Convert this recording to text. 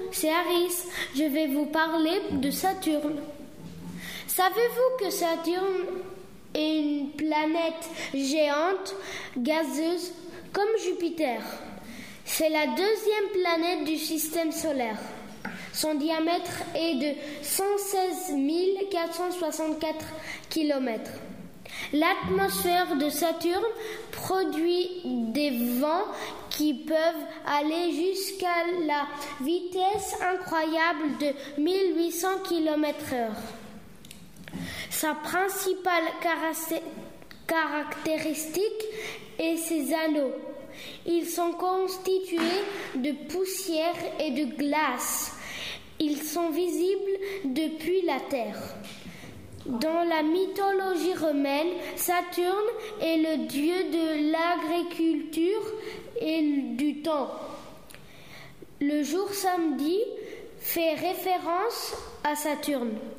c'est Aris. Je vais vous parler de Saturne. Savez-vous que Saturne est une planète géante, gazeuse, comme Jupiter? C'est la deuxième planète du système solaire. Son diamètre est de 116 464 km. L'atmosphère de Saturne produit des vents qui peuvent aller jusqu'à la vitesse incroyable de 1800 km/h. Sa principale caractéristique est ses anneaux. Ils sont constitués de poussière et de glace. Ils sont visibles depuis la Terre. Dans la mythologie romaine, Saturne est le dieu de l'agriculture et du temps. Le jour samedi fait référence à Saturne.